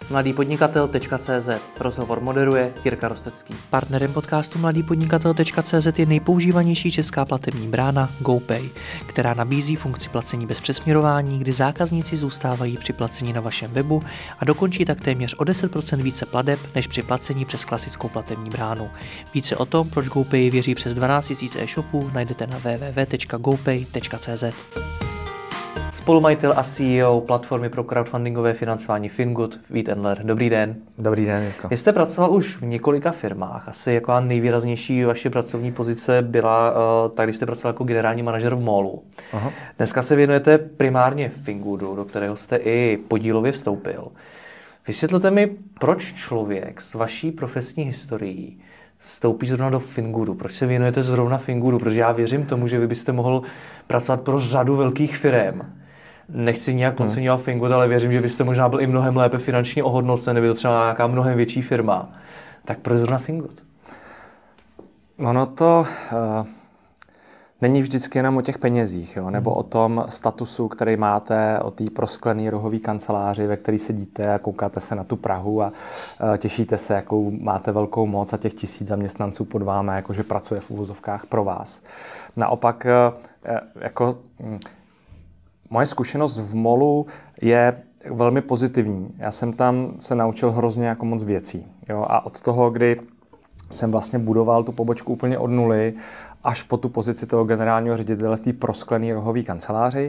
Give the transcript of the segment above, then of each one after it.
mladýpodnikatel.cz. Rozhovor moderuje Jirka Rostecký. Partnerem podcastu mladýpodnikatel.cz je nejpoužívanější česká platební brána GoPay, která nabízí funkci placení bez přesměrování, kdy zákazníci zůstávají při placení na vašem webu a dokončí tak téměř o 10% více plateb než při placení přes klasickou platební bránu. Více o tom, proč GoPay věří přes 12 000 e-shopů, najdete na www.gopay.cz. Spolumajitel a CEO platformy pro crowdfundingové financování Fingood, Vít Endler. Dobrý den. Dobrý den, Jirko. Vy jste pracoval už v několika firmách. Asi jako nejvýraznější vaše pracovní pozice byla tak, když jste pracoval jako generální manažer v MOLu. Aha. Dneska se věnujete primárně Fingoodu, do kterého jste i podílově vstoupil. Vysvětlete mi, proč člověk s vaší profesní historií vstoupí zrovna do Fingoodu. Proč se věnujete zrovna Fingoodu? Protože já věřím tomu, že vy byste mohl pracovat pro řadu velkých firem. Nechci nějak podceňovat Fingood, ale věřím, že byste možná byl i mnohem lépe finančně ohodnocen, nebo to třeba nějaká mnohem větší firma. Tak proč zrovna Fingood? Ono to není vždycky jenom o těch penězích, jo? Nebo o tom statusu, který máte, o té prosklené rohové kanceláři, ve které sedíte a koukáte se na tu Prahu a těšíte se, jakou máte velkou moc a těch 1000 zaměstnanců pod vámi, jakože pracuje v uvozovkách pro vás. Naopak, jako moje zkušenost v MOLu je velmi pozitivní. Já jsem tam se naučil hrozně jako moc věcí. Jo? A od toho, kdy jsem vlastně budoval tu pobočku úplně od nuly, až po tu pozici toho generálního ředitele v té prosklené rohové kanceláři.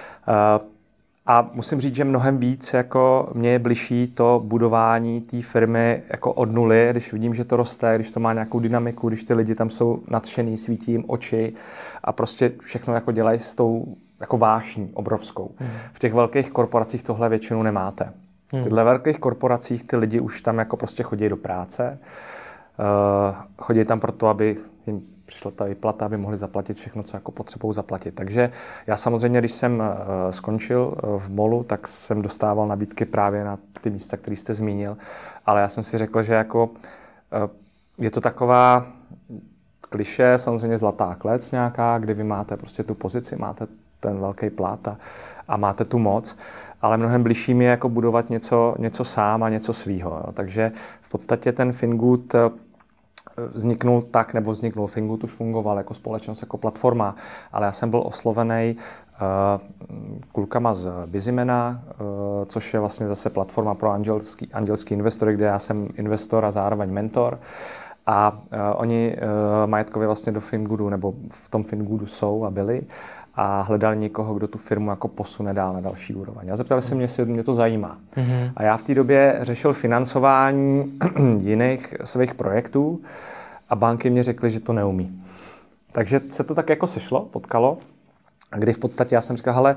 A musím říct, že mnohem víc jako mě je bližší to budování té firmy jako od nuly, když vidím, že to roste, když to má nějakou dynamiku, když ty lidi tam jsou nadšený, svítí jim oči a prostě všechno jako dělají s tou jako vášní obrovskou. V těch velkých korporacích tohle většinou nemáte. V těchto velkých korporacích ty lidi už tam jako prostě chodí do práce, chodí tam proto, aby jim přišla ta výplata, aby mohli zaplatit všechno, co jako potřebují zaplatit. Takže já samozřejmě, když jsem skončil v MOLu, tak jsem dostával nabídky právě na ty místa, které jste zmínil, ale já jsem si řekl, že jako je to taková klišé, samozřejmě zlatá klec nějaká, kdy vy máte prostě tu pozici, máte ten velký plat a máte tu moc, ale mnohem bližší mi je jako budovat něco sám a něco svýho. Jo. Takže v podstatě ten Fingood vzniknul Fingood už fungoval jako společnost, jako platforma, ale já jsem byl oslovený klukama z Bizimena, což je vlastně zase platforma pro andělský investory, kde já jsem investor a zároveň mentor. A oni majetkově vlastně do Fingoodu, nebo v tom Fingoodu jsou a byli a hledali někoho, kdo tu firmu jako posune dál na další úroveň. A zeptali se mě, jestli mě to zajímá. A já v té době řešil financování jiných svých projektů a banky mě řekly, že to neumí. Takže se to tak jako potkalo, a kdy v podstatě já jsem říkal, hele,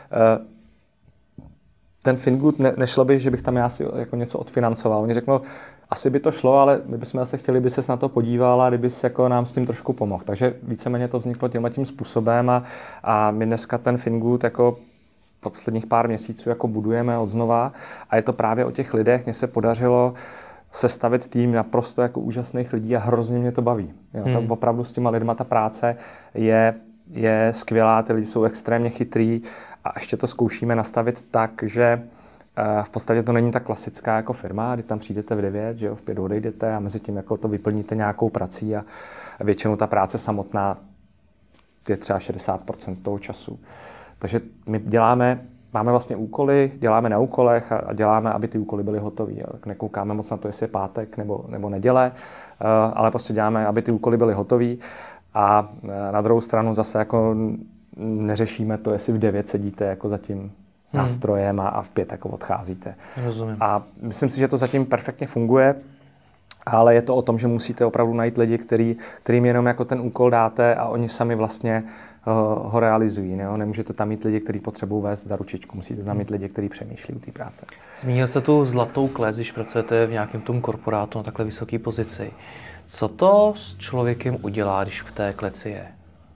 ten Fingood nešlo by, že bych tam já si jako něco odfinancoval. Oni řekli, asi by to šlo, ale my bychom zase chtěli, by ses na to podíval a kdyby jako nám s tím trošku pomohl. Takže víceméně to vzniklo tímhletím způsobem a my dneska ten Fingood jako posledních pár měsíců jako budujeme odznova a je to právě o těch lidech. Mně se podařilo sestavit tým naprosto jako úžasných lidí a hrozně mě to baví. Jo, tam opravdu s těma lidma ta práce je skvělá, ty lidi jsou extrémně chytrý a ještě to zkoušíme nastavit tak, že v podstatě to není ta klasická jako firma, kdy tam přijdete v 9, že jo, v 5 odejdete a mezi tím jako to vyplníte nějakou prací a většinou ta práce samotná je třeba 60% toho času. Takže my máme vlastně úkoly, děláme na úkolech a děláme, aby ty úkoly byly hotové. Tak nekoukáme moc na to, jestli je pátek nebo neděle, ale prostě děláme, aby ty úkoly byly hotové. A na druhou stranu zase jako neřešíme to, jestli v 9 sedíte jako za tím nástrojem a v 5 jako odcházíte. Rozumím. A myslím si, že to zatím perfektně funguje, ale je to o tom, že musíte opravdu najít lidi, kterým jenom jako ten úkol dáte a oni sami vlastně ho realizují. Ne? Nemůžete tam mít lidi, kteří potřebují vést za ručičku, musíte tam mít lidi, kteří přemýšlí u té práce. Zmínil jste tu zlatou klec, když pracujete v nějakém tom korporátu na takhle vysoké pozici. Co to s člověkem udělá, když v té kleci je?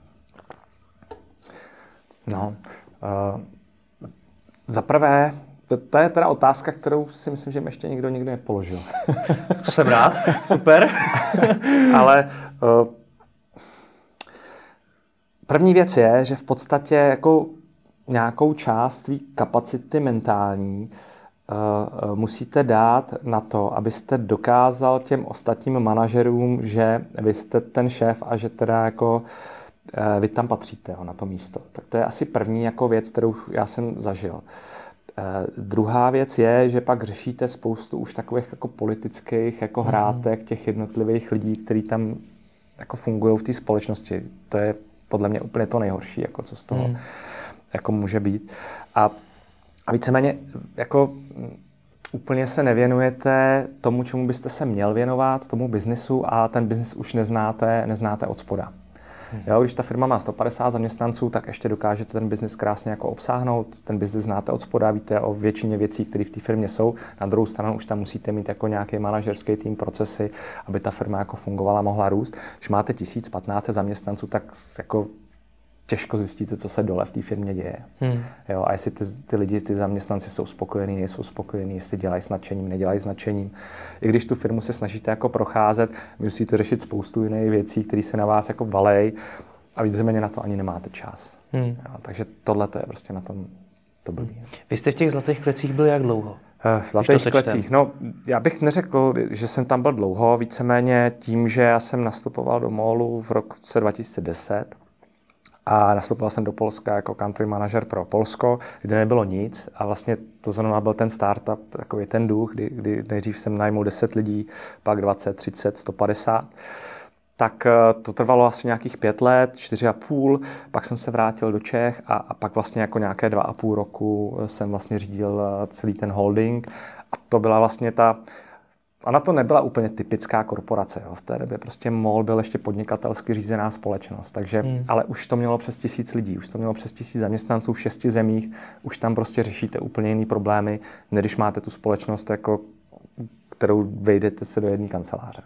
Za prvé, to je teda otázka, kterou si myslím, že mi ještě nikdo nepoložil. Jsem rád, super. Ale první věc je, že v podstatě jako nějakou část tvý kapacity mentální musíte dát na to, abyste dokázal těm ostatním manažerům, že vy jste ten šéf a že teda jako vy tam patříte na to místo. Tak to je asi první jako věc, kterou já jsem zažil. Druhá věc je, že pak řešíte spoustu už takových jako politických jako hrátek těch jednotlivých lidí, kteří tam jako fungují v té společnosti. To je podle mě úplně to nejhorší, jako co z toho jako může být. A víceméně jako úplně se nevěnujete tomu, čemu byste se měl věnovat, tomu biznisu a ten biznis už neznáte od spoda. Jo, když ta firma má 150 zaměstnanců, tak ještě dokážete ten biznis krásně jako obsáhnout. Ten biznis znáte od spoda, víte o většině věcí, které v té firmě jsou. Na druhou stranu už tam musíte mít jako nějaký manažerský tým, procesy, aby ta firma jako fungovala, mohla růst. Když máte 1015 zaměstnanců, tak jako těžko zjistíte, co se dole v té firmě děje. Jo, a jestli ty lidi, ty zaměstnanci jsou spokojení, nejsou spokojení, jestli dělají s nadšením, nedělají s nadšením. I když tu firmu se snažíte jako procházet, musíte řešit spoustu jiných věcí, které se na vás jako valej a víceméně na to ani nemáte čas. Jo, takže tohle to je prostě na tom to blbý. Vy jste v těch zlatých klecích byl jak dlouho? V zlatých klecích. No, já bych neřekl, že jsem tam byl dlouho, víceméně tím, že já jsem nastupoval do MOLu v roce 2010. A nastupoval jsem do Polska jako country manažer pro Polsko, kde nebylo nic a vlastně to zrovna byl ten startup, takový ten duch, kdy nejdřív jsem najmul 10 lidí, pak 20, 30, 150. Tak to trvalo asi nějakých 5 let, 4,5, pak jsem se vrátil do Čech a pak vlastně jako nějaké 2,5 roku jsem vlastně řídil celý ten holding a to byla vlastně ona to nebyla úplně typická korporace. Jo. V té době prostě MOL byl ještě podnikatelsky řízená společnost. Takže, ale už to mělo přes 1000 lidí, už to mělo přes 1000 zaměstnanců v 6 zemích. Už tam prostě řešíte úplně jiný problémy, než když máte tu společnost, jako, kterou vejdete se do jedné kanceláře.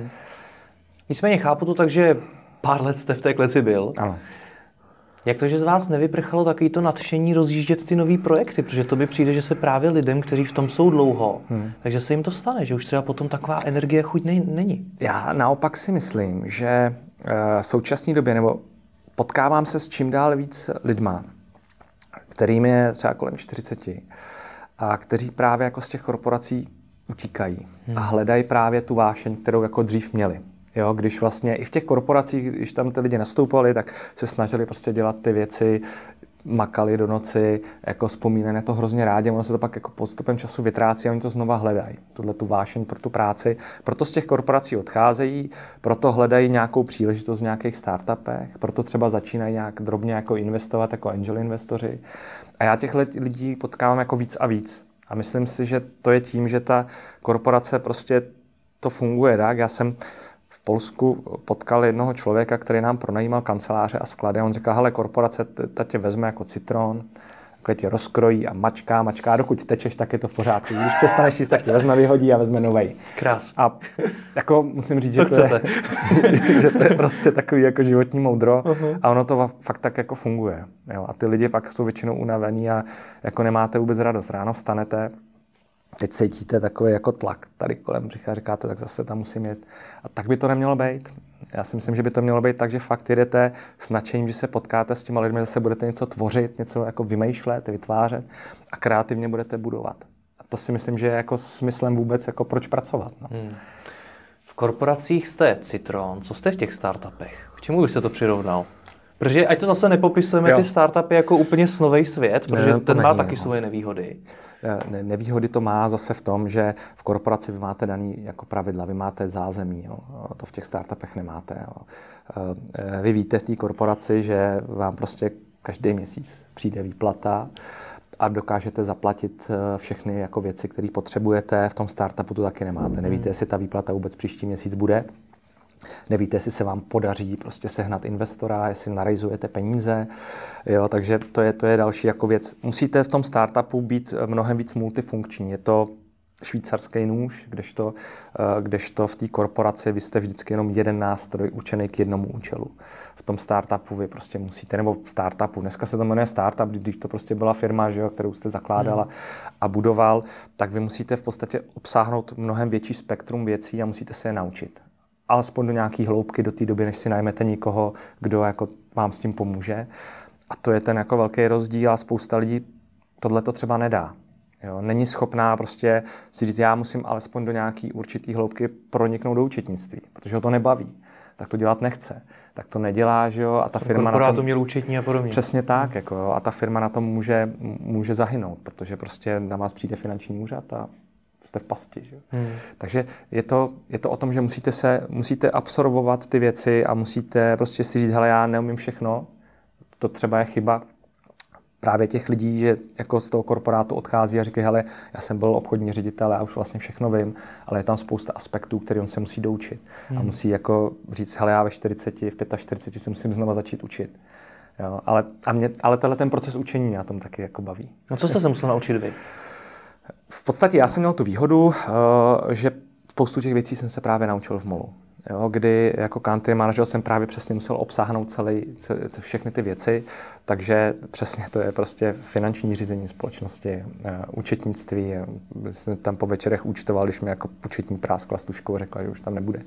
Nicméně chápu to tak, že pár let jste v té kleci byl. Ano. Jak to, že z vás nevyprchalo takový to nadšení rozjíždět ty nový projekty? Protože to by přijde, že se právě lidem, kteří v tom jsou dlouho, takže se jim to stane, že už třeba potom taková energie chuť není. Já naopak si myslím, že v současné době, nebo potkávám se s čím dál víc lidma, kterým je třeba kolem 40 a kteří právě jako z těch korporací utíkají a hledají právě tu vášeň, kterou jako dřív měli. Jo, když vlastně i v těch korporacích, když tam ty lidi nastoupali, tak se snažili prostě dělat ty věci, makali do noci, jako vzpomínají na to hrozně rádi, ono se to pak jako postupem času vytrácí a oni to znova hledají, tu vášeň pro tu práci. Proto z těch korporací odcházejí, proto hledají nějakou příležitost v nějakých startupech, proto třeba začínají nějak drobně jako investovat jako angel investoři. A já těch lidí potkávám jako víc a víc. A myslím si, že to je tím, že ta korporace prostě to funguje, tak? Já jsem v Polsku potkal jednoho člověka, který nám pronajímal kanceláře a sklady a on říkal, hele, korporace ta tě vezme jako citron, takhle tě rozkrojí a mačká, dokud tečeš, tak je to v pořádku. Když přestaneš jíst, tak tě vezme, vyhodí a vezme novej. Krás. A jako musím říct, že to je prostě takový jako životní moudro a ono to fakt tak jako funguje. Jo? A ty lidi pak jsou většinou unavení a jako nemáte vůbec radost. Ráno vstanete, teď cítíte takový jako tlak tady kolem břicha, říkáte, tak zase tam musím jet. A tak by to nemělo být. Já si myslím, že by to mělo být tak, že fakt jedete s nadšením, že se potkáte s těma lidmi, zase budete něco tvořit, něco jako vymýšlet, vytvářet a kreativně budete budovat. A to si myslím, že je jako smyslem vůbec, jako proč pracovat. No. V korporacích jste citron, co jste v těch startupech? K čemu bych se to přirovnal? Protože ať to zase nepopisujeme ty startupy jako úplně snovej svět, protože ten má taky svoje nevýhody. Nevýhody to má zase v tom, že v korporaci vy máte daný jako pravidla, vy máte zázemí, jo. To v těch startupech nemáte. Jo. Vy víte v té korporaci, že vám prostě každý měsíc přijde výplata a dokážete zaplatit všechny jako věci, které potřebujete. V tom startupu to taky nemáte. Nevíte, jestli ta výplata vůbec příští měsíc bude. Nevíte, jestli se vám podaří prostě sehnat investora, jestli narejzujete peníze, jo, takže to je další jako věc. Musíte v tom startupu být mnohem víc multifunkční. Je to švýcarský nůž, kdežto v té korporaci vy jste vždycky jenom jeden nástroj určený k jednomu účelu. V tom startupu vy prostě musíte, nebo v startupu, dneska se to jmenuje startup, když to prostě byla firma, že jo, kterou jste zakládala a budoval, tak vy musíte v podstatě obsáhnout mnohem větší spektrum věcí a musíte se je naučit. Alespoň do nějaký hloubky do té doby, než si najmete někoho, kdo jako vám s tím pomůže. A to je ten jako velký rozdíl a spousta lidí tohle to třeba nedá. Jo, není schopná prostě si říct, já musím alespoň do nějaký určitý hloubky proniknout do účetnictví, protože ho to nebaví. Tak to dělat nechce. Tak to nedělá, že jo, a ta firma na tom měl účetní a podobně. Přesně tak, jako jo, a ta firma na tom může zahynout, protože prostě na vás přijde finanční úřad a jste v pasti, že jo. Takže je to o tom, že musíte absorbovat ty věci a musíte prostě si říct, hele, já neumím všechno. To třeba je chyba právě těch lidí, že jako z toho korporátu odchází a říkají, hele, já jsem byl obchodní ředitel, já už vlastně všechno vím, ale je tam spousta aspektů, které on se musí doučit. A musí jako říct, hele, já ve 40, v 45 se musím znova začít učit. Jo, ale tenhle ten proces učení mě na tom taky jako baví. No co jste se musel naučit vy? V podstatě já jsem měl tu výhodu, že spoustu těch věcí jsem se právě naučil v MOLu. Jo, kdy jako country manager jsem právě přesně musel obsáhnout všechny ty věci, takže přesně to je prostě finanční řízení společnosti, účetnictví. Jsem tam po večerech účtoval, když mi jako účetní práskla stužkou a řekla, že už tam nebude.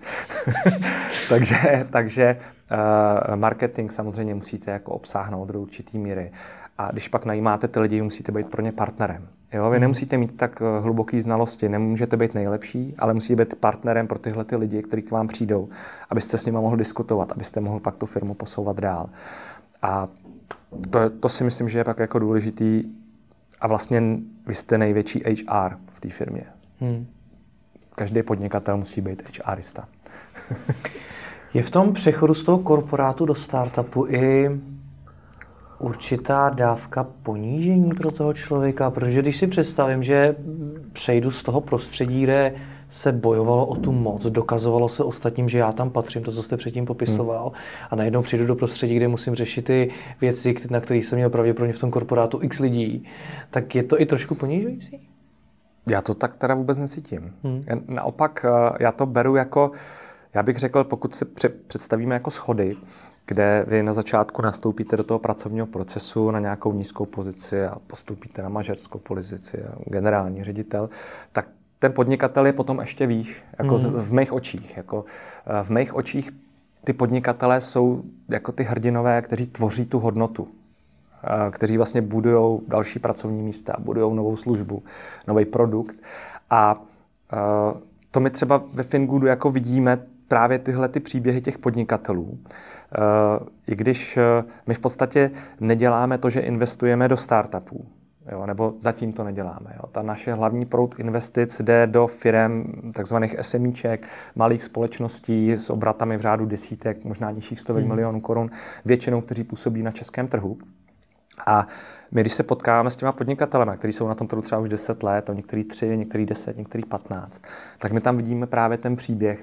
takže marketing samozřejmě musíte jako obsáhnout do určitý míry. A když pak najímáte ty lidi, musíte být pro ně partnerem. Jo, vy nemusíte mít tak hluboké znalosti, nemůžete být nejlepší, ale musíte být partnerem pro tyhle ty lidi, kteří k vám přijdou, abyste s nimi mohli diskutovat, abyste mohli pak tu firmu posouvat dál. A to si myslím, že je pak jako důležitý. A vlastně vy jste největší HR v té firmě. Každý podnikatel musí být HRista. Je v tom přechodu z toho korporátu do startupu i určitá dávka ponížení pro toho člověka, protože když si představím, že přejdu z toho prostředí, kde se bojovalo o tu moc, dokazovalo se ostatním, že já tam patřím, to, co jste předtím popisoval, a najednou přijdu do prostředí, kde musím řešit ty věci, na kterých jsem měl pravděpodobně v tom korporátu x lidí, tak je to i trošku ponížující? Já to tak teda vůbec necítím. Naopak, já to beru jako, já bych řekl, pokud si představíme jako schody, kde vy na začátku nastoupíte do toho pracovního procesu na nějakou nízkou pozici a postupíte na manažerskou pozici a generální ředitel, tak ten podnikatel je potom ještě výš, jako v mých očích. Jako v mých očích ty podnikatelé jsou jako ty hrdinové, kteří tvoří tu hodnotu, kteří vlastně budují další pracovní místa, budují novou službu, nový produkt. A to my třeba ve Fingoodu jako vidíme právě tyhle ty příběhy těch podnikatelů. I když my v podstatě neděláme to, že investujeme do startupů, jo, nebo zatím to neděláme. Jo. Ta naše hlavní proud investic jde do firem takzvaných SMIček, malých společností s obratami v řádu desítek, možná nižších stovek milionů korun, většinou, kteří působí na českém trhu. A my, když se potkáváme s těma podnikatelemi, kteří jsou na tom trhu třeba už 10 let, a některý 3, některý 10, některý 15, tak my tam vidíme právě ten příběh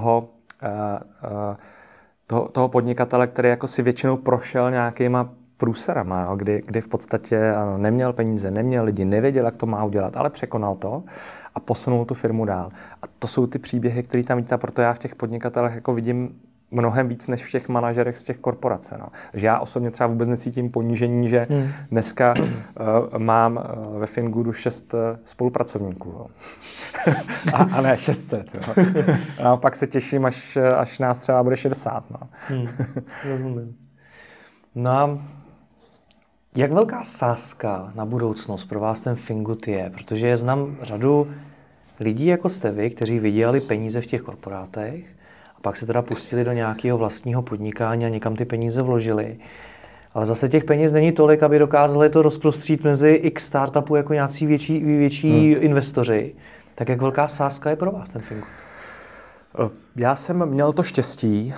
toho podnikatele, který jako si většinou prošel nějakýma průserama, jo, kdy v podstatě neměl peníze, neměl lidi, nevěděl, jak to má udělat, ale překonal to a posunul tu firmu dál. A to jsou ty příběhy, které tam vidíte, proto já v těch podnikatelech jako vidím mnohem víc než v těch manažerech z těch korporací. No. Takže já osobně třeba vůbec necítím ponížení, že dneska mám ve Fingoodu 6 spolupracovníků. Jo. a ne 600. Jo. A pak se těším, až nás třeba bude 60. No. Rozumím. No a jak velká sázka na budoucnost pro vás ten Fingood je? Protože znám řadu lidí, jako jste vy, kteří vydělali peníze v těch korporátech, pak se teda pustili do nějakého vlastního podnikání a někam ty peníze vložili. Ale zase těch peněz není tolik, aby dokázali to rozprostřít mezi x startupů jako nějací větší investoři. Tak jak velká sázka je pro vás ten Fingood? Já jsem měl to štěstí.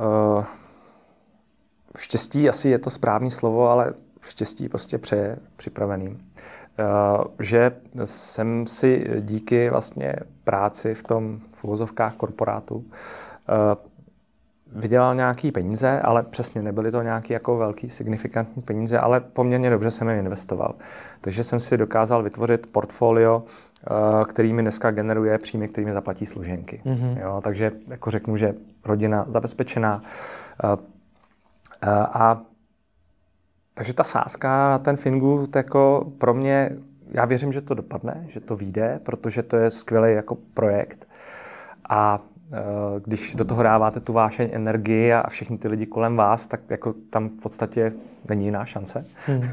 Štěstí asi je to správné slovo, ale štěstí prostě přeje připraveným. Že jsem si díky vlastně práci v tom v uvozovkách korporátu vydělal nějaký peníze, ale přesně nebyly to nějaký jako velký signifikantní peníze, ale poměrně dobře jsem je investoval. Takže jsem si dokázal vytvořit portfolio, který mi dneska generuje příjmy, který mi zaplatí složenky. Jo, takže jako řeknu, že rodina zabezpečená. Takže ta sázka na ten Fingood jako pro mě, já věřím, že to dopadne, že to vyjde, protože to je skvělý jako projekt. A když do toho dáváte tu vášeň, energii a všechny ty lidi kolem vás, tak jako tam v podstatě není jiná šance.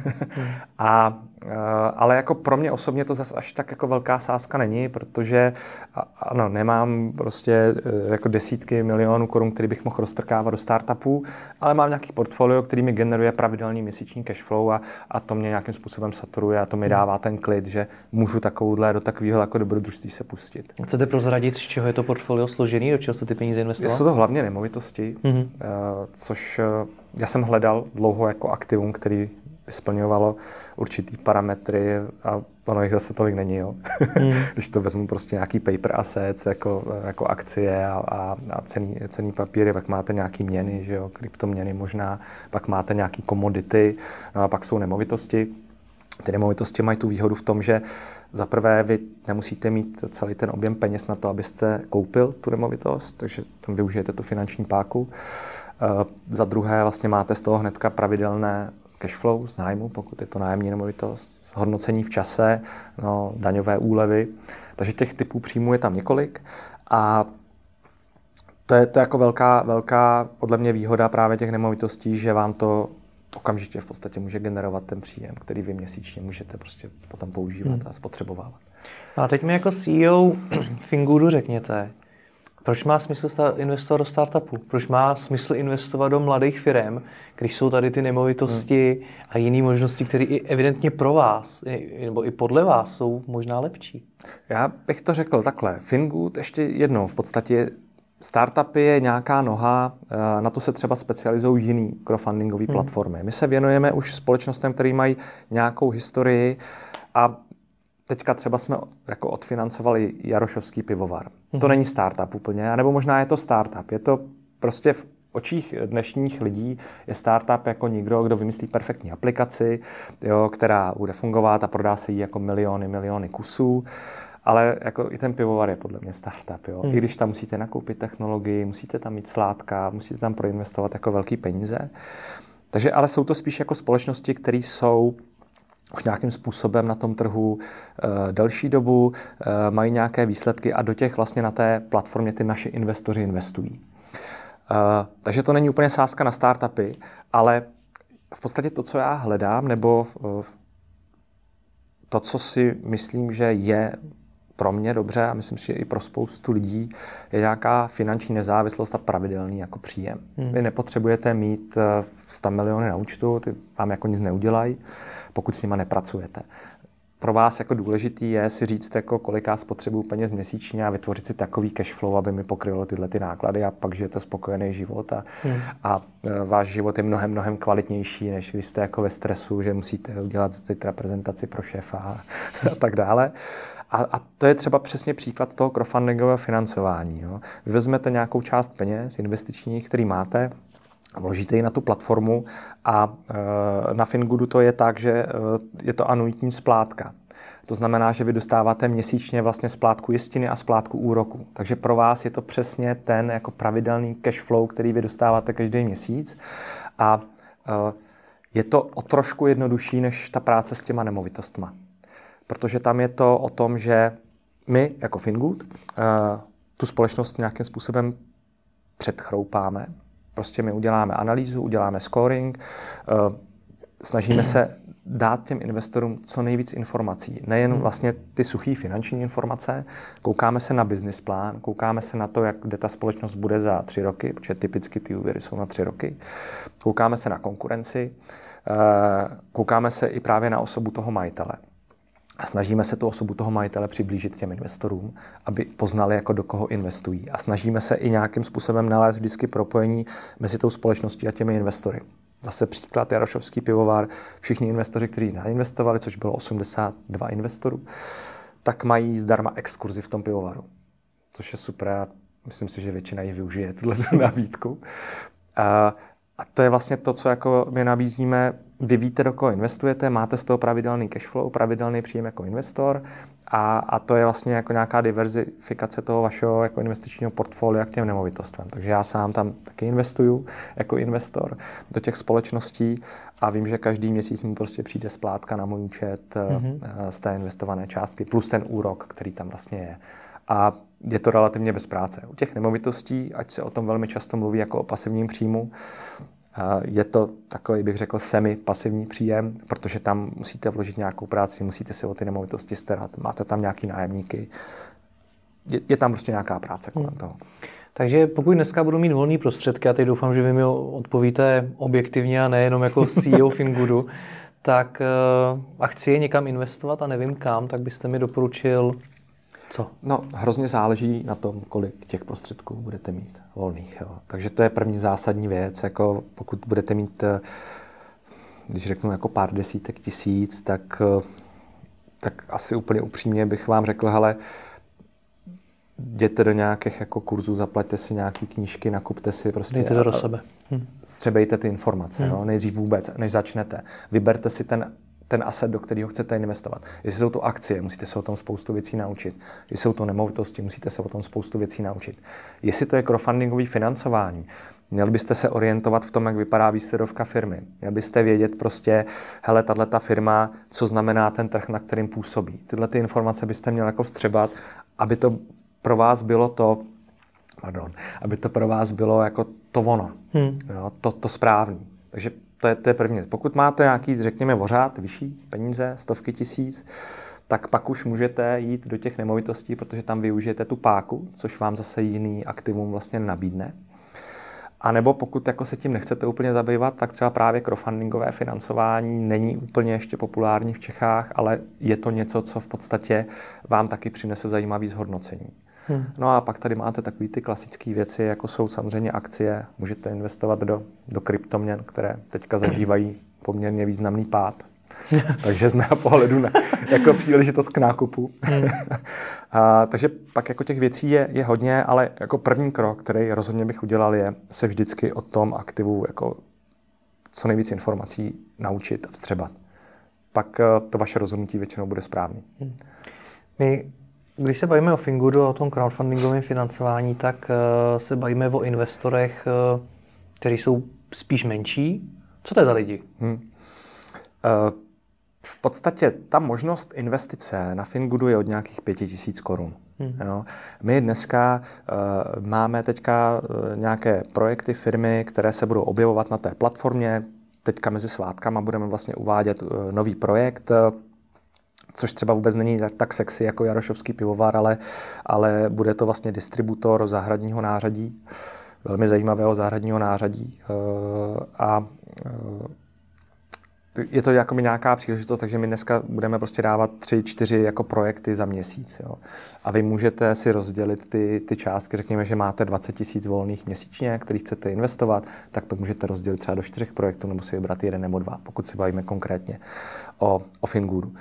Ale jako pro mě osobně to zase až tak jako velká sázka není, protože ano, nemám prostě jako desítky milionů korun, který bych mohl roztrkávat do startupů, ale mám nějaký portfolio, který mi generuje pravidelný měsíční cashflow a to mě nějakým způsobem saturuje a to mi dává ten klid, že můžu do takového jako dobrodružství se pustit. Chcete prozradit, z čeho je to portfolio složený, do čeho jste ty peníze investoval? Jsou to hlavně nemovitosti, což já jsem hledal dlouho jako aktivum, který splňovalo určitý parametry a ono jich zase tolik není. Jo? Když to vezmu prostě nějaký paper assets, jako akcie a cenný papíry, pak máte nějaký měny, že jo? Kryptoměny možná, pak máte nějaký komodity, no a pak jsou nemovitosti. Ty nemovitosti mají tu výhodu v tom, že za prvé vy nemusíte mít celý ten objem peněz na to, abyste koupil tu nemovitost, takže tam využijete tu finanční páku. Za druhé vlastně máte z toho hnedka pravidelné cashflow z nájmu, pokud je to nájemní nemovitost, hodnocení v čase, no, daňové úlevy. Takže těch typů příjmů je tam několik a to je jako velká podle mě výhoda právě těch nemovitostí, že vám to okamžitě v podstatě může generovat ten příjem, který vy měsíčně můžete prostě potom používat a spotřebovávat. A teď mi jako CEO Fingoodu řekněte, proč má smysl investovat do startupu? Proč má smysl investovat do mladých firem, když jsou tady ty nemovitosti a jiné možnosti, které i evidentně pro vás, nebo i podle vás jsou možná lepší? Já bych to řekl takhle. Fingood ještě jednou, v podstatě startupy je nějaká noha, na to se třeba specializují jiný crowdfundingové platformy. My se věnujeme už společnostem, které mají nějakou historii a teďka třeba jsme jako odfinancovali Jarošovský pivovar. To není startup úplně, anebo možná je to startup. Je to prostě v očích dnešních lidí je startup jako někdo, kdo vymyslí perfektní aplikaci, jo, která bude fungovat a prodá se jí jako miliony kusů. Ale jako i ten pivovar je podle mě startup. Jo. I když tam musíte nakoupit technologii, musíte tam mít sládka, musíte tam proinvestovat jako velký peníze. Takže ale jsou to spíš jako společnosti, které jsou už nějakým způsobem na tom trhu delší dobu, mají nějaké výsledky a do těch vlastně na té platformě ty naši investoři investují. Takže to není úplně sázka na startupy, ale v podstatě to, co já hledám, nebo to, co si myslím, že je pro mě dobře a myslím si, že i pro spoustu lidí je nějaká finanční nezávislost a pravidelný jako příjem. Vy nepotřebujete mít 100 miliony na účtu, ty vám jako nic neudělají, pokud s nima nepracujete. Pro vás jako důležitý je si říct, jako koliká spotřebuju peněz měsíčně a vytvořit si takový cash flow, aby mi pokrylo tyhle ty náklady a pak žijete spokojený život a váš život je mnohem kvalitnější, než když jste jako ve stresu, že musíte udělat zítra prezentaci pro šéfa a tak dále. A to je třeba přesně příklad toho crowdfundingového financování. Jo. Vy vezmete nějakou část peněz investičních, který máte, vložíte ji na tu platformu a na Fingoodu to je tak, že je to anuitní splátka. To znamená, že vy dostáváte měsíčně vlastně splátku jistiny a splátku úroku. Takže pro vás je to přesně ten jako pravidelný cash flow, který vy dostáváte každý měsíc. A je to o trošku jednodušší než ta práce s těma nemovitostma. Protože tam je to o tom, že my jako Fingood tu společnost nějakým způsobem předchroupáme. Prostě my uděláme analýzu, uděláme scoring, snažíme se dát těm investorům co nejvíc informací. Nejen vlastně ty suchý finanční informace, koukáme se na business plán, koukáme se na to, kde ta společnost bude za 3 roky, protože typicky ty úvěry jsou na 3 roky. Koukáme se na konkurenci, koukáme se i právě na osobu toho majitele. A snažíme se tu osobu toho majitele přiblížit těm investorům, aby poznali, jako do koho investují. A snažíme se i nějakým způsobem nalézt vždycky propojení mezi tou společností a těmi investory. Zase příklad Jarošovský pivovar. Všichni investoři, kteří nainvestovali, což bylo 82 investorů, tak mají zdarma exkurzi v tom pivovaru. Což je super a myslím si, že většina jich využije tuhle nabídku. A to je vlastně to, co jako my nabízíme. Vy víte, do koho investujete, máte z toho pravidelný cashflow, pravidelný příjem jako investor a to je vlastně jako nějaká diverzifikace toho vašeho jako investičního portfolia k těm nemovitostem. Takže já sám tam taky investuju jako investor do těch společností a vím, že každý měsíc mi prostě přijde splátka na můj účet z té investované částky plus ten úrok, který tam vlastně je. a je to relativně bez práce. U těch nemovitostí, ať se o tom velmi často mluví jako o pasivním příjmu, je to takový, bych řekl, semi-pasivní příjem, protože tam musíte vložit nějakou práci, musíte se o ty nemovitosti starat, máte tam nějaký nájemníky. Je tam prostě nějaká práce kolem toho. Takže pokud dneska budu mít volné prostředky, a teď doufám, že vy mi odpovíte objektivně a nejenom jako CEO Fingoodu, tak a chci je někam investovat a nevím kam, tak byste mi doporučil co? No, hrozně záleží na tom, kolik těch prostředků budete mít volných. Jo. Takže to je první zásadní věc. Jako pokud budete mít, když řeknu jako pár desítek tisíc, tak asi úplně upřímně bych vám řekl, hele, jděte do nějakých jako kurzů, zaplaťte si nějaké knížky, nakupte si prostě. Dejte to do sebe. Střebejte ty informace, jo, nejdřív vůbec, než začnete. Vyberte si ten asset, do kterého chcete investovat. Jestli jsou to akcie, musíte se o tom spoustu věcí naučit. Jestli jsou to nemovitosti, musíte se o tom spoustu věcí naučit. Jestli to je crowdfundingové financování, měli byste se orientovat v tom, jak vypadá výsledovka firmy. Měli byste vědět prostě, hele, tato firma, co znamená ten trh, na kterým působí. Tyhle ty informace byste měli jako vstřebat, aby to pro vás bylo jako to ono, jo, to správný. Takže to je první věc. Pokud máte nějaký, řekněme, vořád, vyšší peníze, stovky tisíc, tak pak už můžete jít do těch nemovitostí, protože tam využijete tu páku, což vám zase jiný aktivum vlastně nabídne. A nebo pokud jako se tím nechcete úplně zabývat, tak třeba právě crowdfundingové financování není úplně ještě populární v Čechách, ale je to něco, co v podstatě vám taky přinese zajímavý zhodnocení. No a pak tady máte takový ty klasické věci, jako jsou samozřejmě akcie. Můžete investovat do kryptoměn, které teďka zažívají poměrně významný pád. Takže z mého pohledu jako příležitost k nákupu. Takže pak jako těch věcí je hodně, ale jako první krok, který rozhodně bych udělal, je se vždycky o tom aktivu jako co nejvíc informací naučit a vstřebat. Pak to vaše rozhodnutí většinou bude správný. Když se bavíme o Fingoodu a o tom crowdfundingovém financování, tak se bavíme o investorech, kteří jsou spíš menší. Co to je za lidi? V podstatě ta možnost investice na Fingoodu je od nějakých 5 000 korun. Jo. My dneska máme teďka nějaké projekty firmy, které se budou objevovat na té platformě. Teďka mezi svátkama budeme vlastně uvádět nový projekt, což třeba vůbec není tak sexy jako Jarošovský pivovar, ale bude to vlastně distributor zahradního nářadí, velmi zajímavého zahradního nářadí. A je to jako nějaká příležitost, takže my dneska budeme prostě dávat 3-4 jako projekty za měsíc. Jo. A vy můžete si rozdělit ty částky, řekněme, že máte 20 000 volných měsíčně, který chcete investovat, tak to můžete rozdělit třeba do 4 projektů nebo si vybrat 1 nebo 2, pokud si bavíme konkrétně o Fingoodu.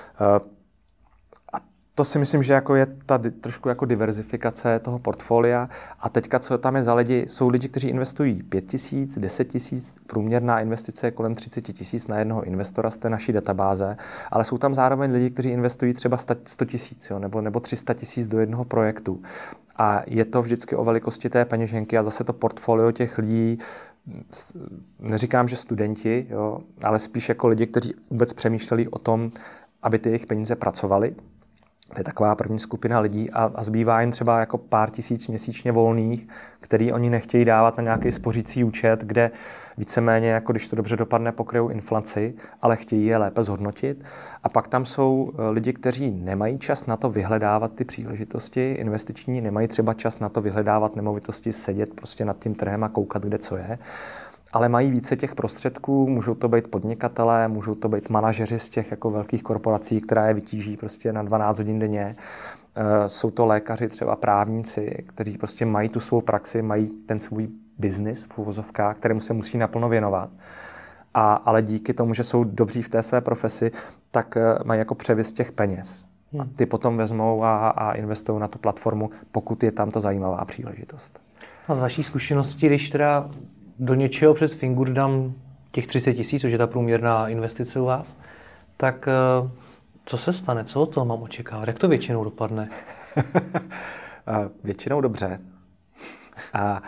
A to si myslím, že jako je ta trošku jako diverzifikace toho portfolia. A teďka, co tam je za lidi, jsou lidi, kteří investují 5 000, 10 000, průměrná investice je kolem 30 000 na jednoho investora z té naší databáze, ale jsou tam zároveň lidi, kteří investují třeba 100 000 nebo 300 000 do jednoho projektu. A je to vždycky o velikosti té peněženky a zase to portfolio těch lidí, neříkám, že studenti, jo, ale spíš jako lidi, kteří vůbec přemýšleli o tom, aby ty jejich peníze pracovaly. To je taková první skupina lidí a zbývá jim třeba jako pár tisíc měsíčně volných, který oni nechtějí dávat na nějaký spořící účet, kde víceméně, jako když to dobře dopadne, pokryjou inflaci, ale chtějí je lépe zhodnotit. A pak tam jsou lidi, kteří nemají čas na to vyhledávat ty příležitosti investiční, nemají třeba čas na to vyhledávat nemovitosti, sedět prostě nad tím trhem a koukat, kde co je. Ale mají více těch prostředků, můžou to být podnikatelé, můžou to být manažeři z těch jako velkých korporací, která je vytíží prostě na 12 hodin denně. Jsou to lékaři, třeba právníci, kteří prostě mají tu svou praxi, mají ten svůj biznis v uvozovkách, kterému se musí naplno věnovat. Ale díky tomu, že jsou dobří v té své profesi, tak mají jako převis těch peněz. A ty potom vezmou a investují na tu platformu, pokud je tam ta zajímavá příležitost. A z vaší zkušenosti, když teda do něčeho přes Fingood dám těch 30 000, což je ta průměrná investice u vás, tak co se stane? Co od toho mám očekávat? Jak to většinou dopadne? Většinou dobře.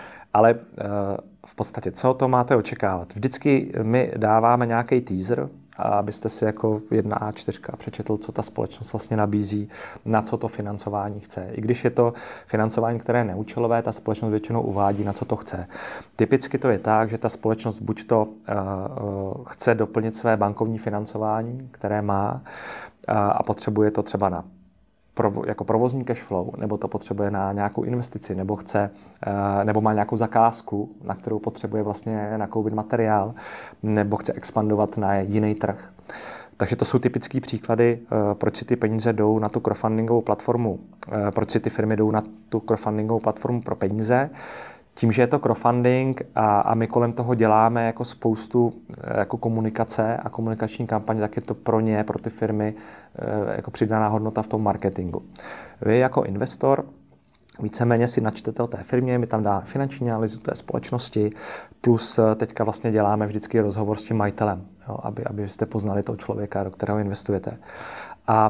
Ale v podstatě, co to máte očekávat? Vždycky my dáváme nějaký teaser a abyste si jako 1A4 přečetl, co ta společnost vlastně nabízí, na co to financování chce. I když je to financování, které je neúčelové, ta společnost většinou uvádí, na co to chce. Typicky to je tak, že ta společnost buď to chce doplnit své bankovní financování, které má, a potřebuje to třeba na jako provozní cash flow, nebo to potřebuje na nějakou investici, nebo má nějakou zakázku, na kterou potřebuje vlastně nakoupit materiál, nebo chce expandovat na jiný trh. Takže to jsou typické příklady, proč si ty peníze jdou na tu crowdfundingovou platformu, proč si ty firmy jdou na tu crowdfundingovou platformu pro peníze. Tím, že je to crowdfunding a my kolem toho děláme jako spoustu jako komunikace a komunikační kampaně, tak je to pro ně, pro ty firmy jako přidaná hodnota v tom marketingu. Vy jako investor víceméně si načtete o té firmě, my tam dáme finanční analýzu té společnosti, plus teďka vlastně děláme vždycky rozhovor s tím majitelem, jo, aby jste poznali toho člověka, do kterého investujete. A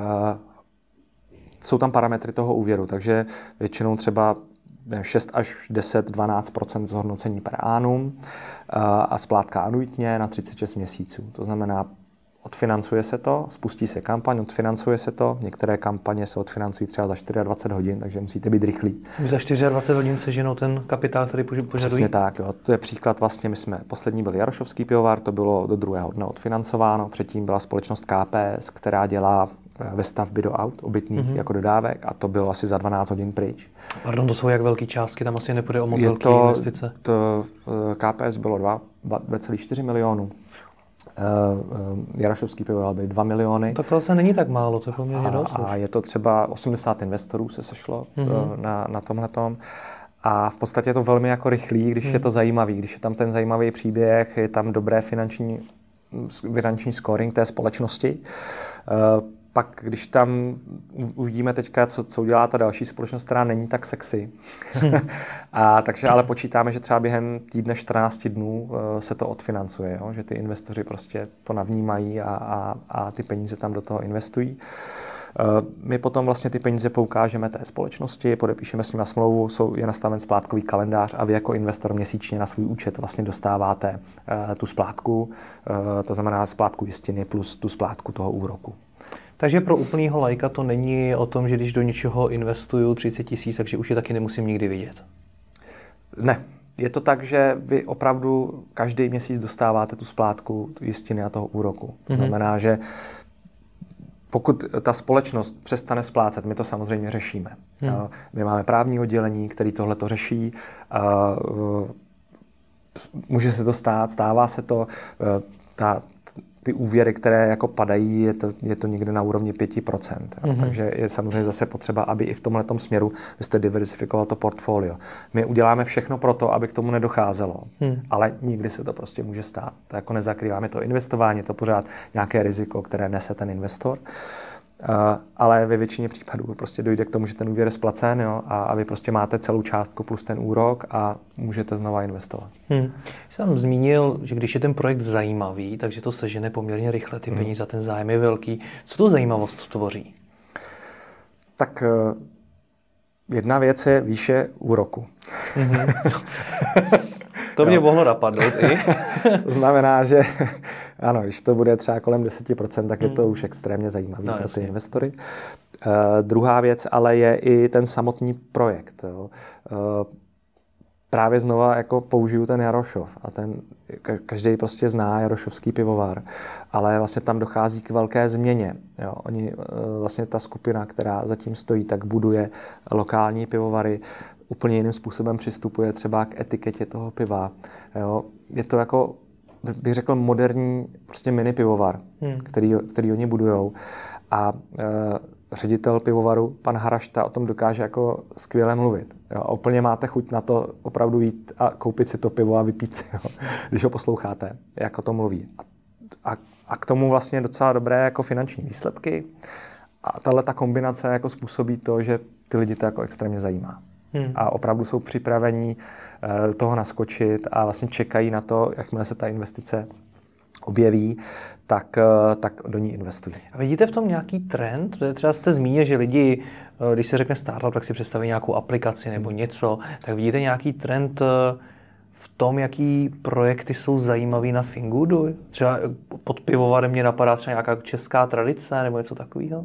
jsou tam parametry toho úvěru, takže většinou třeba 6 až 10, 12% zhodnocení per annum a splátka anuitně na 36 měsíců. To znamená, odfinancuje se to, spustí se kampaň, odfinancuje se to. Některé kampaně se odfinancují třeba za 24 hodin, takže musíte být rychlí. Za 24 hodin seženou ten kapitál, který požadují? Přesně tak, jo. To je příklad vlastně, poslední byl Jarošovský pivovar, to bylo do 2. dne odfinancováno, předtím byla společnost KPS, která dělá ve stavbě do aut obytných jako dodávek a to bylo asi za 12 hodin pryč. Pardon, to jsou jak velké částky, tam asi nepůjde o moc velké investice. KPS bylo 2,4 milionů. Jarošovský pivovar byl 2 miliony. Tak to zase není tak málo, to je poměrně dost. A je to třeba 80 investorů se sešlo na tomhletom. A v podstatě je to velmi jako rychlý, když je to zajímavý, když je tam ten zajímavý příběh, je tam dobré finanční scoring té společnosti. Pak, když tam uvidíme teďka, co udělá ta další společnost, která není tak sexy. Takže ale počítáme, že třeba během týdne 14 dnů se to odfinancuje, jo? Že ty investoři prostě to navnímají a ty peníze tam do toho investují. My potom vlastně ty peníze poukážeme té společnosti, podepíšeme s nimi smlouvu, je nastaven splátkový kalendář a vy jako investor měsíčně na svůj účet vlastně dostáváte tu splátku, to znamená splátku jistiny plus tu splátku toho úroku. Takže pro úplného laika to není o tom, že když do něčeho investuju 30 000, takže už je taky nemusím nikdy vidět. Ne. Je to tak, že vy opravdu každý měsíc dostáváte tu splátku jistiny a toho úroku. To znamená, že pokud ta společnost přestane splácet, my to samozřejmě řešíme. My máme právní oddělení, který tohle to řeší. Může se to stát, stává se to. Ty úvěry, které jako padají, je to někde na úrovni 5%. Takže je samozřejmě zase potřeba, aby i v tomhletom směru byste diversifikoval to portfolio. My uděláme všechno pro to, aby k tomu nedocházelo, ale nikdy se to prostě může stát. To jako nezakrýváme to investování, je to pořád nějaké riziko, které nese ten investor. Ale ve většině případů prostě dojde k tomu, že ten úvěr je splacen, jo, a vy prostě máte celou částku plus ten úrok a můžete znova investovat. Jsem tam zmínil, že když je ten projekt zajímavý, takže to sežene poměrně rychle, ty peníze, ten zájem je velký. Co tu zajímavost tvoří? Tak jedna věc je výše úroku. To mě mohlo napadnout i. To znamená, že ano, když to bude třeba kolem 10%, tak je to už extrémně zajímavý pro ty investory. Druhá věc ale je i ten samotný projekt. Jo. Právě znova jako použiju ten Jarošov a každý prostě zná Jarošovský pivovar, ale vlastně tam dochází k velké změně. Jo. Oni vlastně ta skupina, která zatím stojí, tak buduje lokální pivovary, úplně jiným způsobem přistupuje třeba k etiketě toho piva. Jo. Je to jako, bych řekl, moderní prostě mini pivovar, který oni budujou. A ředitel pivovaru, pan Harašta, o tom dokáže jako skvěle mluvit. Jo. A úplně máte chuť na to opravdu jít a koupit si to pivo a vypít si ho, když ho posloucháte, jak o tom mluví. A k tomu vlastně docela dobré jako finanční výsledky. A tato kombinace jako způsobí to, že ty lidi to jako extrémně zajímá. A opravdu jsou připraveni do toho naskočit a vlastně čekají na to, jakmile se ta investice objeví, tak do ní investují. A vidíte v tom nějaký trend? Třeba jste zmínil, že lidi, když se řekne startup, tak si představí nějakou aplikaci nebo něco. Tak vidíte nějaký trend v tom, jaký projekty jsou zajímavý na Fingoodu? Třeba pod pivovarem mě napadá třeba nějaká česká tradice nebo něco takového?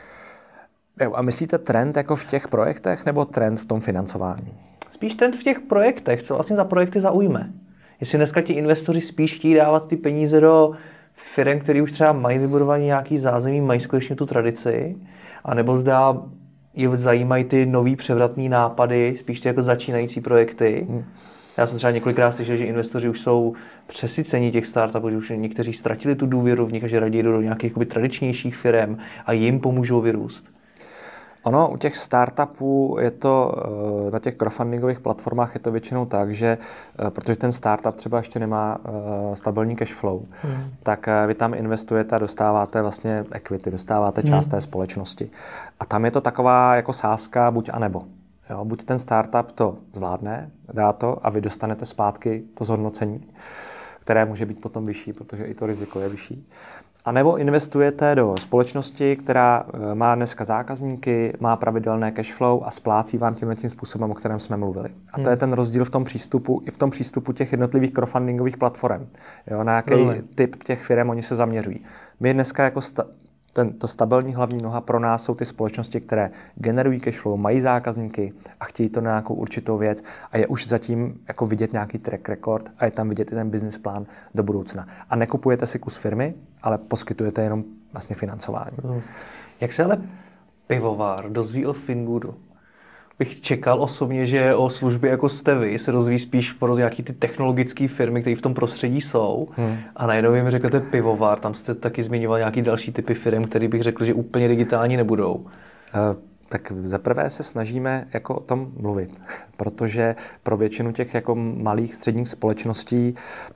A myslíte trend jako v těch projektech nebo trend v tom financování? Spíš trend v těch projektech. Co vlastně za projekty zaujme? Jestli dneska ti investoři spíš chtějí dávat ty peníze do firem, které už třeba mají vybudovaný nějaký zázemí, mají skutečně tu tradici, anebo zdá je zajímají ty nový převratný nápady, spíš ty jako začínající projekty. Já jsem třeba několikrát slyšel, že investoři už jsou přesycení těch startupů, že už někteří ztratili tu důvěru v nich a že raději jdou do nějakých tradičnějších firm a jim pomůžou vyrůst. Ono u těch startupů je to, na těch crowdfundingových platformách je to většinou tak, že protože ten startup třeba ještě nemá stabilní cash flow, tak vy tam investujete a dostáváte vlastně equity, dostáváte část té společnosti. A tam je to taková jako sázka buď a nebo. Jo, buď ten startup to zvládne, dá to a vy dostanete zpátky to zhodnocení, které může být potom vyšší, protože i to riziko je vyšší. A nebo investujete do společnosti, která má dneska zákazníky, má pravidelné cash flow a splácí vám tímhle způsobem, o kterém jsme mluvili. A to je ten rozdíl v tom přístupu, i v tom přístupu těch jednotlivých crowdfundingových platform. Jo, na jaký typ těch firm oni se zaměřují. My dneska jako to stabilní hlavní noha pro nás jsou ty společnosti, které generují cash flow, mají zákazníky a chtějí to na nějakou určitou věc a je už zatím jako vidět nějaký track record a je tam vidět i ten business plán do budoucna. A nekupujete si kus firmy, ale poskytujete jenom vlastně financování. Jak se ale pivovar dozví o Fingoodu? Bych čekal osobně, že o službě jako jste vy se dozví spíš pro nějaký ty technologické firmy, které v tom prostředí jsou. A najednou jim řeknete pivovar, tam jste taky zmiňoval nějaký další typy firm, které bych řekl, že úplně digitální nebudou. Tak zaprvé se snažíme jako o tom mluvit, protože pro většinu těch jako malých středních společností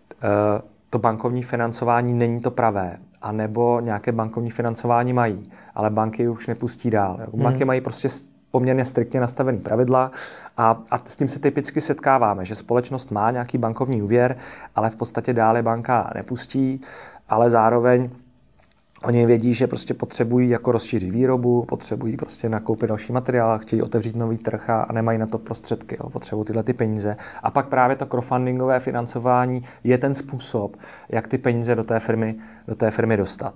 to bankovní financování není to pravé, anebo nějaké bankovní financování mají, ale banky už nepustí dál. Banky mají prostě poměrně striktně nastavený pravidla a s tím se typicky setkáváme, že společnost má nějaký bankovní úvěr, ale v podstatě dále banka nepustí, ale zároveň oni vědí, že prostě potřebují jako rozšířit výrobu, potřebují prostě nakoupit další materiál, chtějí otevřít nový trh a nemají na to prostředky, potřebují tyhle ty peníze. A pak právě to crowdfundingové financování je ten způsob, jak ty peníze do té firmy dostat.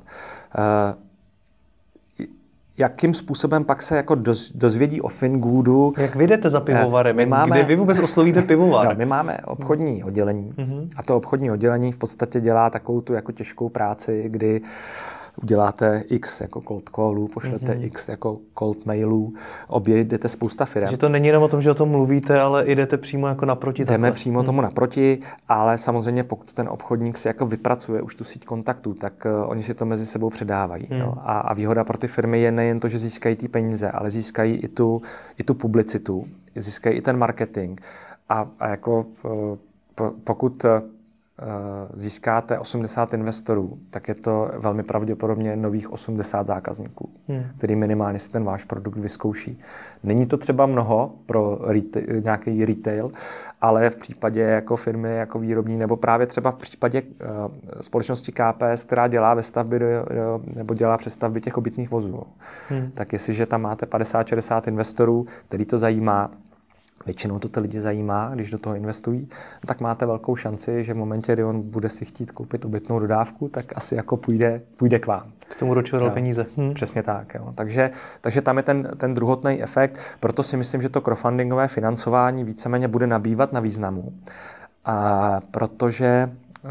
Jakým způsobem pak se jako dozvědí o Fingoodu? Jak vy jdete za pivovarem? Kde vy vůbec oslovíte pivovar? No, my máme obchodní oddělení a to obchodní oddělení v podstatě dělá takovou tu jako těžkou práci, kdy uděláte X jako cold callů, pošlete X jako cold mailů, objedete spousta firem. Takže to není jenom o tom, že o tom mluvíte, ale jdete přímo jako naproti. Jdeme přímo tomu naproti, ale samozřejmě pokud ten obchodník si jako vypracuje už tu síť kontaktů, tak oni si to mezi sebou předávají. No? A výhoda pro ty firmy je nejen to, že získají ty peníze, ale získají i tu publicitu, získají i ten marketing. A jako pokud získáte 80 investorů, tak je to velmi pravděpodobně nových 80 zákazníků, který minimálně si ten váš produkt vyzkouší. Není to třeba mnoho pro nějaký retail, ale v případě jako firmy, jako výrobní, nebo právě třeba v případě společnosti KPS, která dělá vestavby nebo dělá přestavby těch obytných vozů. Tak jestliže tam máte 50-60 investorů, který to zajímá, většinou to ty lidi zajímá, když do toho investují, tak máte velkou šanci, že v momentě, kdy on bude si chtít koupit obytnou dodávku, tak asi jako půjde k vám. K tomu dočural peníze. Přesně tak. Jo. Takže tam je ten druhotný efekt, proto si myslím, že to crowdfundingové financování víceméně bude nabývat na významu. A protože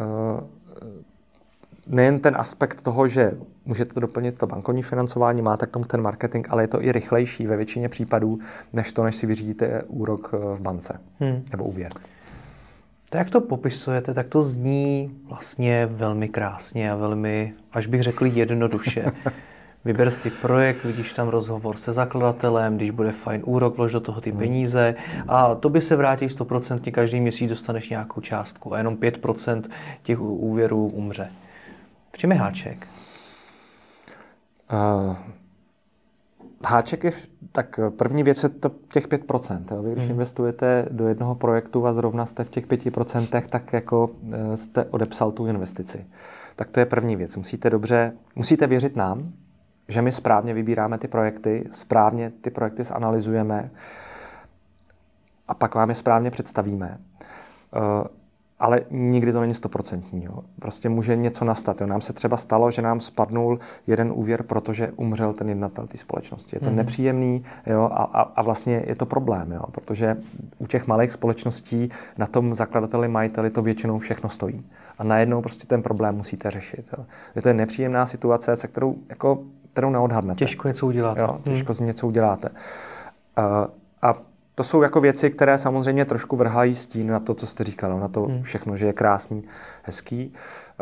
nejen ten aspekt toho, že můžete doplnit to bankovní financování, máte k tomu ten marketing, ale je to i rychlejší ve většině případů, než si vyřídíte úrok v bance nebo úvěr. Tak jak to popisujete, tak to zní vlastně velmi krásně a velmi, až bych řekl, jednoduše. Vyber si projekt, vidíš tam rozhovor se zakladatelem, když bude fajn úrok, vlož do toho ty peníze a to by se vrátí 100%, každý měsíc dostaneš nějakou částku a jenom 5% těch úvěrů umře. V čem je háček? Háček je, tak první věc je to těch 5%. Vy, když investujete do jednoho projektu a zrovna jste v těch 5%, tak jako jste odepsal tu investici. Tak to je první věc. Musíte věřit nám, že my správně vybíráme ty projekty, správně ty projekty zanalyzujeme a pak vám je správně představíme. ale nikdy to není 100%. Prostě může něco nastat. Jo. Nám se třeba stalo, že nám spadnul jeden úvěr, protože umřel ten jednatel té společnosti. Je to nepříjemný, jo, a vlastně je to problém, jo, protože u těch malých společností na tom zakladateli, majiteli to většinou všechno stojí. A najednou prostě ten problém musíte řešit. Jo. To je nepříjemná situace, se kterou neodhadnete. Těžko něco uděláte. Jo, těžko něco uděláte. A to jsou jako věci, které samozřejmě trošku vrhají stín na to, co jste říkal, na to všechno, že je krásný, hezký.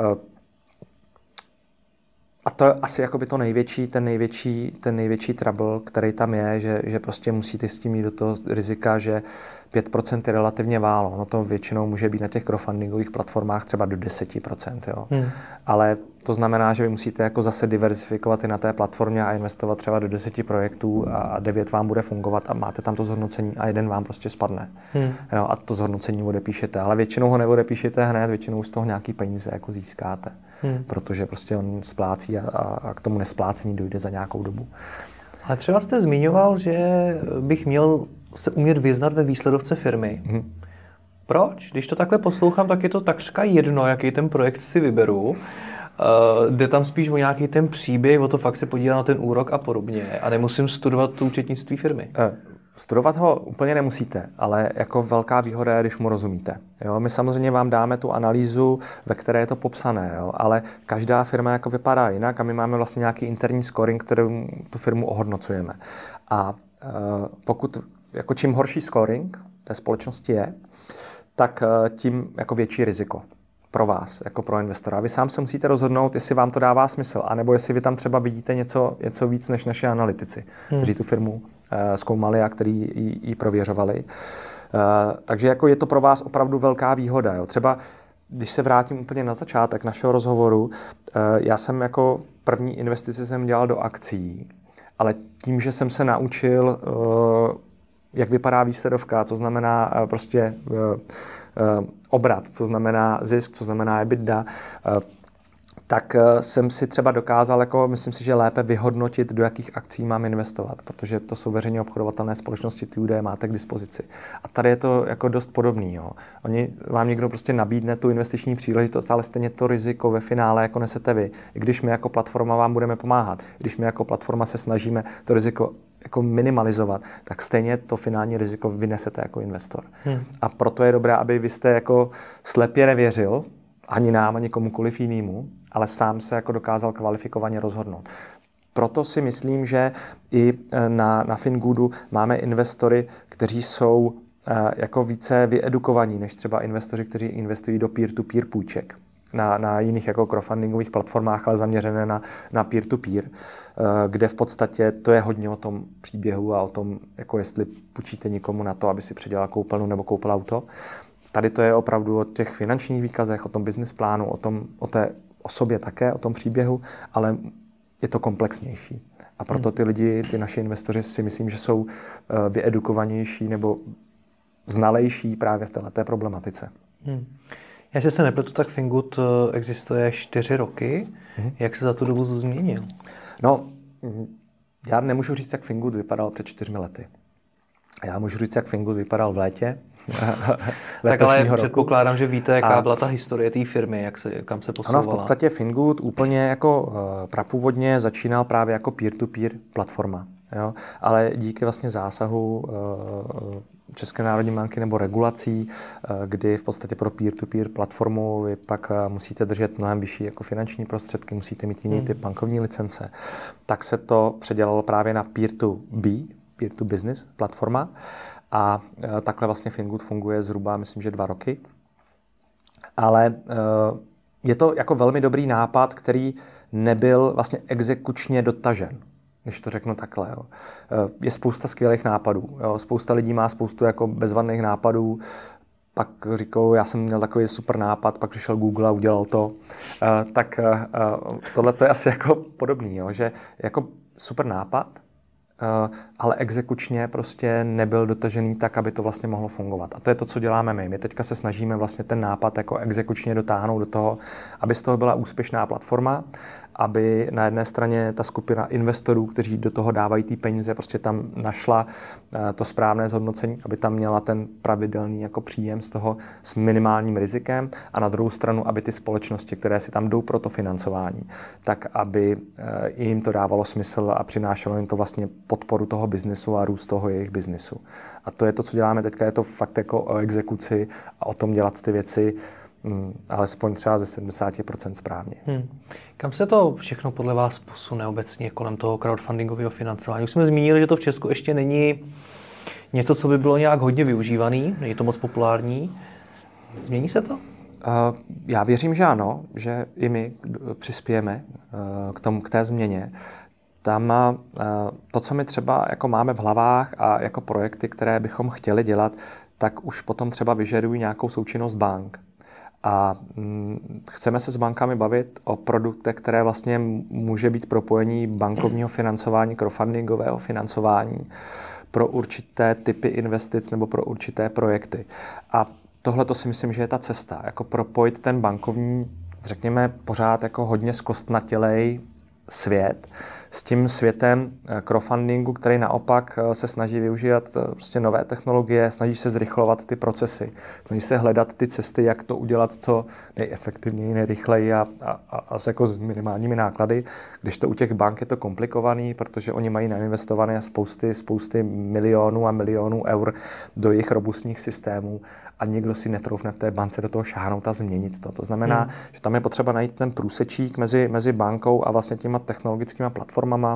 A to je asi jakoby to největší, ten největší trouble, který tam je, že prostě musíte s tím jít do toho rizika, že 5% je relativně málo. No to většinou může být na těch crowdfundingových platformách třeba do 10%. Jo. Ale to znamená, že vy musíte jako zase diverzifikovat i na té platformě a investovat třeba do 10 projektů a 9 vám bude fungovat a máte tam to zhodnocení a jeden vám prostě spadne. Jo, a to zhodnocení odepíšete. Ale většinou ho neodepíšete hned, většinou z toho nějaký peníze jako získáte. Protože prostě on splácí a k tomu nesplácení dojde za nějakou dobu. Ale třeba jste zmiňoval, že bych měl se umět vyznat ve výsledovce firmy. Proč? Když to takhle poslouchám, tak je to takřka jedno, jaký ten projekt si vyberu. Jde tam spíš o nějaký ten příběh, o to fakt se podívat na ten úrok a podobně. A nemusím studovat tu účetnictví firmy. Studovat ho úplně nemusíte, ale jako velká výhoda je, když mu rozumíte. Jo? My samozřejmě vám dáme tu analýzu, ve které je to popsané, jo? Ale každá firma jako vypadá jinak a my máme vlastně nějaký interní scoring, kterým tu firmu ohodnocujeme. A pokud jako čím horší scoring té společnosti je, tak tím jako větší riziko pro vás, jako pro investora. Vy sám se musíte rozhodnout, jestli vám to dává smysl, anebo jestli vy tam třeba vidíte něco víc než naše analytici, kteří tu firmu zkoumali a kteří ji prověřovali. Takže jako je to pro vás opravdu velká výhoda. Jo. Třeba, když se vrátím úplně na začátek našeho rozhovoru, já jsem jako první investici jsem dělal do akcií, ale tím, že jsem se naučil, jak vypadá výsledovka, co znamená prostě obrat, co znamená zisk, co znamená EBITDA, tak jsem si třeba dokázal, jako myslím si, že lépe vyhodnotit, do jakých akcí mám investovat, protože to jsou veřejně obchodovatelné společnosti, ty údaje máte k dispozici. A tady je to jako dost podobný. Jo. Vám někdo prostě nabídne tu investiční příležitost, ale stejně to riziko ve finále jako nesete vy. I když my jako platforma vám budeme pomáhat, když my jako platforma se snažíme to riziko jako minimalizovat, tak stejně to finální riziko vynesete jako investor. A proto je dobré, aby vy jste jako slepě nevěřil, ani nám, ani komukoliv jinému, ale sám se jako dokázal kvalifikovaně rozhodnout. Proto si myslím, že i na Fingoodu máme investory, kteří jsou jako více vyedukovaní než třeba investoři, kteří investují do peer-to-peer půjček. Na jiných jako crowdfundingových platformách, ale zaměřené na peer-to-peer, kde v podstatě to je hodně o tom příběhu a o tom, jako jestli půjčíte někomu na to, aby si předělal koupelnu nebo koupil auto. Tady to je opravdu o těch finančních výkazech, o tom business plánu, o té osobě také, o tom příběhu, ale je to komplexnější. A proto ty lidi, ty naši investoři si myslím, že jsou vyedukovanější nebo znalejší právě v této problematice. Já se nepletu, tak Fingood existuje 4 roky. Jak se za tu dobu změnil? No, já nemůžu říct, jak Fingood vypadal před 4 lety. Já můžu říct, jak Fingood vypadal v létě. Tak ale předpokládám, že víte, jaká byla ta historie té firmy, kam se posouvala. Ano, v podstatě Fingood úplně jako prapůvodně začínal právě jako peer-to-peer platforma. Jo? Ale díky vlastně zásahu České národní banky nebo regulací, kdy v podstatě pro peer-to-peer platformu vy pak musíte držet mnohem vyšší jako finanční prostředky, musíte mít jiný typ bankovní licence, tak se to předělalo právě na peer-to-b, peer-to-business platforma. A takhle vlastně Fingood funguje zhruba, myslím, že 2 roky. Ale je to jako velmi dobrý nápad, který nebyl vlastně exekučně dotažen, když to řeknu takhle. Jo. Je spousta skvělých nápadů. Jo. Spousta lidí má spoustu jako bezvadných nápadů. Pak říkou, já jsem měl takový super nápad, pak přišel Google a udělal to. Tak tohle to je asi jako podobný, jo, že jako super nápad, ale exekučně prostě nebyl dotažený tak, aby to vlastně mohlo fungovat. A to je to, co děláme my. My teďka se snažíme vlastně ten nápad jako exekučně dotáhnout do toho, aby z toho byla úspěšná platforma aby na jedné straně ta skupina investorů, kteří do toho dávají ty peníze, prostě tam našla to správné zhodnocení, aby tam měla ten pravidelný jako příjem z toho s minimálním rizikem a na druhou stranu, aby ty společnosti, které si tam jdou pro to financování, tak aby jim to dávalo smysl a přinášelo jim to vlastně podporu toho biznesu a růst toho jejich biznesu. A to je to, co děláme teďka, je to fakt jako o exekuci a o tom dělat ty věci alespoň třeba ze 70% správně. Kam se to všechno podle vás posune obecně kolem toho crowdfundingového financování? Už jsme zmínili, že to v Česku ještě není něco, co by bylo nějak hodně využívaný, není to moc populární. Změní se to? Já věřím, že ano, že i my přispějeme k té změně. Tam to, co my třeba jako máme v hlavách a jako projekty, které bychom chtěli dělat, tak už potom třeba vyžadují nějakou součinnost bank. A chceme se s bankami bavit o produktech, které vlastně může být propojení bankovního financování, crowdfundingového financování pro určité typy investic nebo pro určité projekty. A tohle to si myslím, že je ta cesta, jako propojit ten bankovní, řekněme, pořád jako hodně zkostnatělej svět s tím světem crowdfundingu, který naopak se snaží využívat prostě nové technologie, snaží se zrychlovat ty procesy, snaží se hledat ty cesty, jak to udělat co nejefektivněji, nejrychleji a jako s minimálními náklady. Když to u těch bank je to komplikovaný, protože oni mají nainvestované spousty milionů a milionů eur do jejich robustních systémů a nikdo si netroufne v té bance do toho šáhnout a změnit to. To znamená, že tam je potřeba najít ten průsečík mezi bankou a vlastně těma technologickými platformama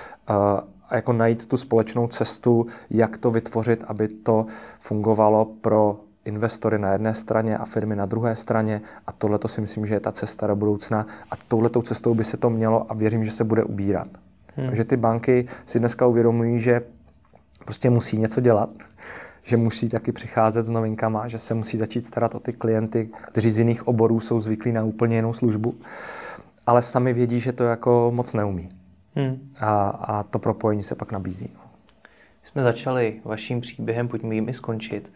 a jako najít tu společnou cestu, jak to vytvořit, aby to fungovalo pro investory na jedné straně a firmy na druhé straně. A tohle to si myslím, že je ta cesta do budoucna a touhletou cestou by se to mělo a věřím, že se bude ubírat. Takže ty banky si dneska uvědomují, že prostě musí něco dělat, že musí taky přicházet s novinkama, že se musí začít starat o ty klienty, kteří z jiných oborů jsou zvyklí na úplně jinou službu, ale sami vědí, že to jako moc neumí. A to propojení se pak nabízí. Jsme začali vaším příběhem, pojďme jim i skončit.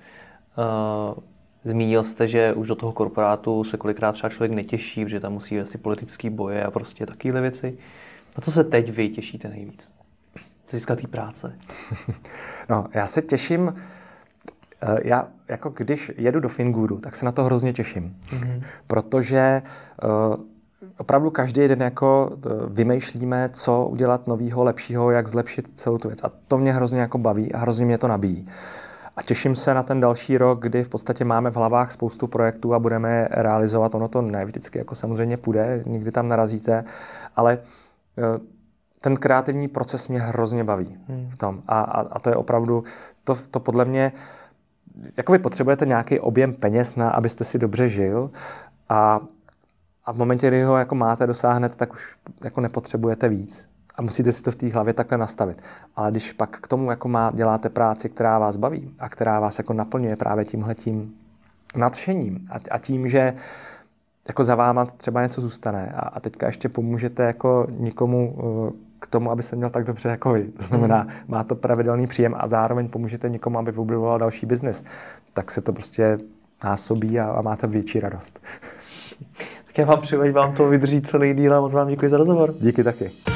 Zmínil jste, že už do toho korporátu se kolikrát třeba člověk netěší, že tam musí asi politický boje a prostě takovéhle věci. Na co se teď vy těšíte nejvíc? Získat té práce. No, já se těším, já jako když jedu do Finguru, tak se na to hrozně těším. Protože opravdu každý den jako vymýšlíme, co udělat novýho, lepšího, jak zlepšit celou tu věc. A to mě hrozně jako baví a hrozně mě to nabíjí. A těším se na ten další rok, kdy v podstatě máme v hlavách spoustu projektů a budeme je realizovat. Ono to ne vždycky jako samozřejmě půjde, někdy tam narazíte, ale ten kreativní proces mě hrozně baví v tom. A to je opravdu, to podle mě, jako vy potřebujete nějaký objem peněz, abyste si dobře žil a v momentě, kdy ho jako máte, dosáhnete, tak už jako nepotřebujete víc. A musíte si to v té hlavě takhle nastavit. Ale když pak k tomu jako děláte práci, která vás baví a která vás jako naplňuje právě tímhletím nadšením a tím, že jako za váma třeba něco zůstane a teďka ještě pomůžete jako nikomu k tomu, aby se měl tak dobře jako vy. To znamená, má to pravidelný příjem a zároveň pomůžete někomu, aby vybudoval další biznis. Tak se to prostě násobí a máte větší radost. Tak já vám přeji, vám to vydrží co nejdýle a moc vám děkuji za rozhovor. Díky taky.